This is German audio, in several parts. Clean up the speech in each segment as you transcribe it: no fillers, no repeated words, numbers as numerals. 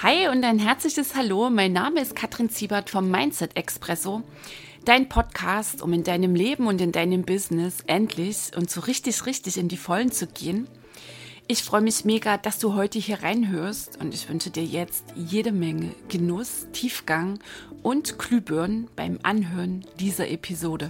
Hi und ein herzliches Hallo, mein Name ist Katrin Ziebert vom Mindset Expresso, dein Podcast, um in deinem Leben und in deinem Business endlich und so richtig in die Vollen zu gehen. Ich freue mich mega, dass du heute hier reinhörst und ich wünsche dir jetzt jede Menge Genuss, Tiefgang und Glühbirnen beim Anhören dieser Episode.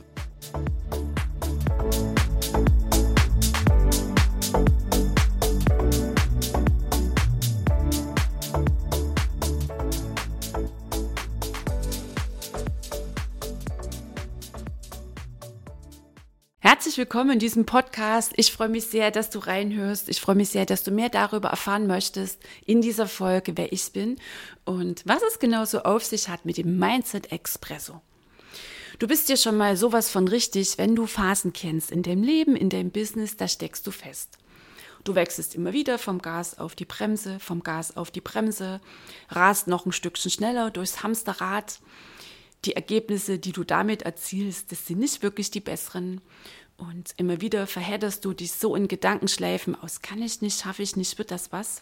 Herzlich willkommen in diesem Podcast. Ich freue mich sehr, dass du reinhörst. Ich freue mich sehr, dass du mehr darüber erfahren möchtest in dieser Folge, wer ich bin und was es genau so auf sich hat mit dem Mindset Expresso. Du bist dir schon mal sowas von richtig, wenn du Phasen kennst in deinem Leben, in deinem Business, da steckst du fest. Du wechselst immer wieder vom Gas auf die Bremse, vom Gas auf die Bremse, rast noch ein Stückchen schneller durchs Hamsterrad. Die Ergebnisse, die du damit erzielst, das sind nicht wirklich die besseren. Und immer wieder verhedderst du dich so in Gedankenschleifen aus, kann ich nicht, schaffe ich nicht, wird das was?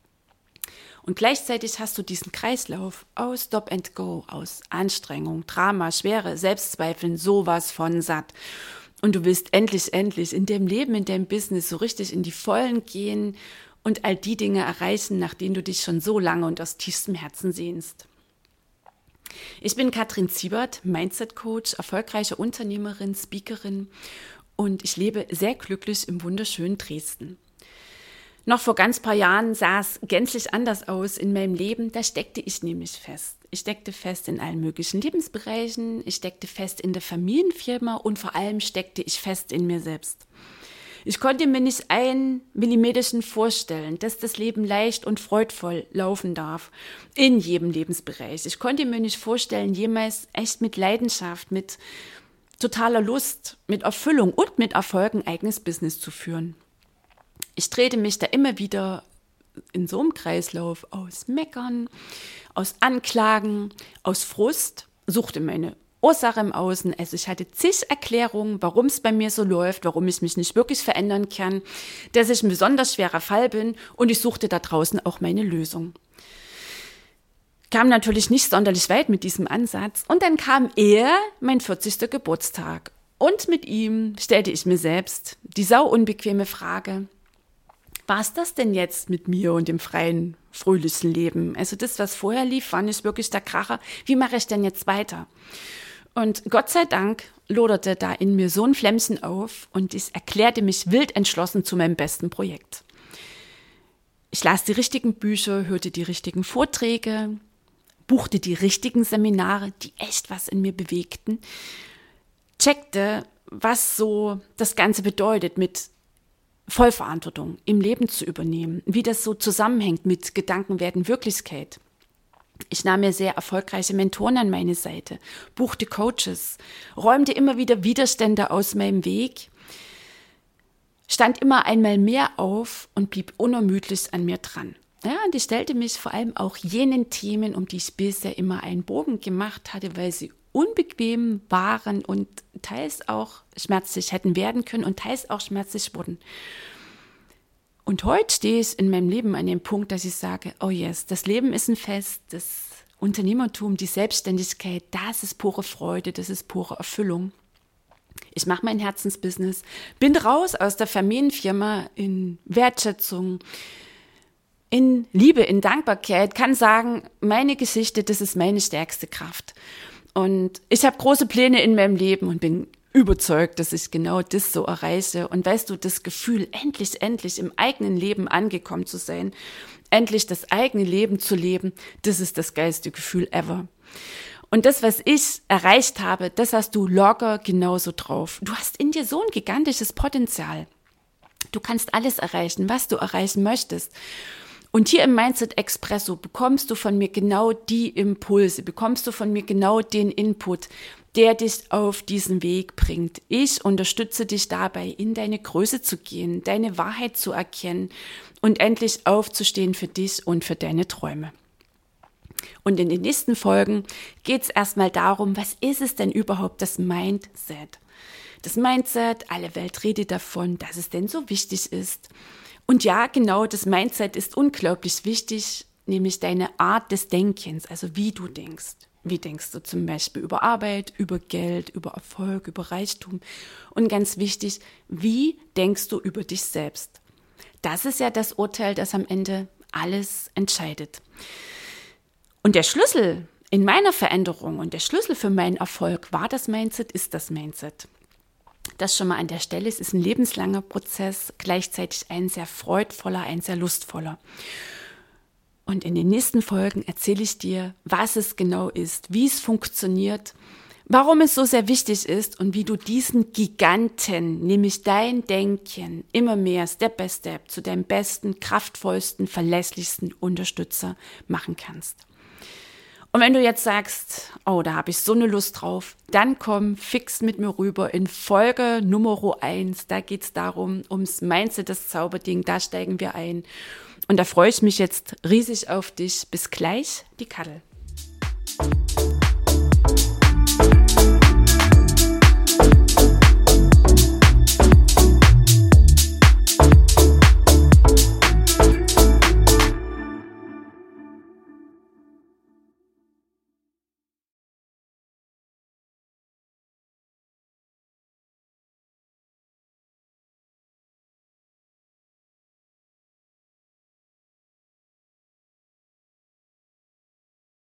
Und gleichzeitig hast du diesen Kreislauf aus Stop and Go, aus Anstrengung, Drama, Schwere, Selbstzweifeln, sowas von satt. Und du willst endlich in deinem Leben, in deinem Business so richtig in die Vollen gehen und all die Dinge erreichen, nach denen du dich schon so lange und aus tiefstem Herzen sehnst. Ich bin Katrin Ziebert, Mindset-Coach, erfolgreiche Unternehmerin, Speakerin und ich lebe sehr glücklich im wunderschönen Dresden. Noch vor ganz paar Jahren sah es gänzlich anders aus in meinem Leben, da steckte ich nämlich fest. Ich steckte fest in allen möglichen Lebensbereichen, ich steckte fest in der Familienfirma und vor allem steckte ich fest in mir selbst. Ich konnte mir nicht einen Millimeterchen vorstellen, dass das Leben leicht und freudvoll laufen darf, in jedem Lebensbereich. Ich konnte mir nicht vorstellen, jemals echt mit Leidenschaft, mit totaler Lust, mit Erfüllung und mit Erfolg ein eigenes Business zu führen. Ich drehte mich da immer wieder in so einem Kreislauf aus Meckern, aus Anklagen, aus Frust, suchte meine Ursache im Außen. Also ich hatte zig Erklärungen, warum es bei mir so läuft, warum ich mich nicht wirklich verändern kann, dass ich ein besonders schwerer Fall bin und ich suchte da draußen auch meine Lösung. Kam natürlich nicht sonderlich weit mit diesem Ansatz und dann kam mein 40. Geburtstag und mit ihm stellte ich mir selbst die sauunbequeme Frage: Was das denn jetzt mit mir und dem freien, fröhlichen Leben? Also das, was vorher lief, war nicht wirklich der Kracher. Wie mache ich denn jetzt weiter? Und Gott sei Dank loderte da in mir so ein Flämmchen auf und ich erklärte mich wild entschlossen zu meinem besten Projekt. Ich las die richtigen Bücher, hörte die richtigen Vorträge, buchte die richtigen Seminare, die echt was in mir bewegten, checkte, was so das Ganze bedeutet, mit Vollverantwortung im Leben zu übernehmen, wie das so zusammenhängt mit Gedanken werden Wirklichkeit. Ich nahm mir sehr erfolgreiche Mentoren an meine Seite, buchte Coaches, räumte immer wieder Widerstände aus meinem Weg, stand immer einmal mehr auf und blieb unermüdlich an mir dran. Ja, und ich stellte mich vor allem auch jenen Themen, um die ich bisher immer einen Bogen gemacht hatte, weil sie unbequem waren und teils auch schmerzlich hätten werden können und teils auch schmerzlich wurden. Und heute stehe ich in meinem Leben an dem Punkt, dass ich sage, oh yes, das Leben ist ein Fest, das Unternehmertum, die Selbstständigkeit, das ist pure Freude, das ist pure Erfüllung. Ich mache mein Herzensbusiness, bin raus aus der Familienfirma in Wertschätzung, in Liebe, in Dankbarkeit, kann sagen, meine Geschichte, das ist meine stärkste Kraft. Und ich habe große Pläne in meinem Leben und bin überzeugt, dass ich genau das so erreiche. Und weißt du, das Gefühl, endlich im eigenen Leben angekommen zu sein, endlich das eigene Leben zu leben, das ist das geilste Gefühl ever. Und das, was ich erreicht habe, das hast du locker genauso drauf. Du hast in dir so ein gigantisches Potenzial. Du kannst alles erreichen, was du erreichen möchtest. Und hier im Mindset Expresso bekommst du von mir genau die Impulse, bekommst du von mir genau den Input, der dich auf diesen Weg bringt. Ich unterstütze dich dabei, in deine Größe zu gehen, deine Wahrheit zu erkennen und endlich aufzustehen für dich und für deine Träume. Und in den nächsten Folgen geht es erstmal darum, was ist es denn überhaupt, das Mindset? Das Mindset, alle Welt redet davon, dass es denn so wichtig ist. Und ja, genau, das Mindset ist unglaublich wichtig nämlich deine Art des Denkens, also wie du denkst. Wie denkst du zum Beispiel über Arbeit, über Geld, über Erfolg, über Reichtum? Und ganz wichtig, wie denkst du über dich selbst? Das ist ja das Urteil, das am Ende alles entscheidet. Und der Schlüssel in meiner Veränderung und der Schlüssel für meinen Erfolg war das Mindset, ist das Mindset. Das schon mal an der Stelle, es ist ein lebenslanger Prozess, gleichzeitig ein sehr freudvoller, ein sehr lustvoller. Und in den nächsten Folgen erzähle ich dir, was es genau ist, wie es funktioniert, warum es so sehr wichtig ist und wie du diesen Giganten, nämlich dein Denken, immer mehr Step by Step zu deinem besten, kraftvollsten, verlässlichsten Unterstützer machen kannst. Und wenn du jetzt sagst, oh, da habe ich so eine Lust drauf, dann komm fix mit mir rüber in Folge Nummer 1. Da geht es darum, ums Mindset, das Zauberding, da steigen wir ein. Und da freue ich mich jetzt riesig auf dich. Bis gleich, die Kattel.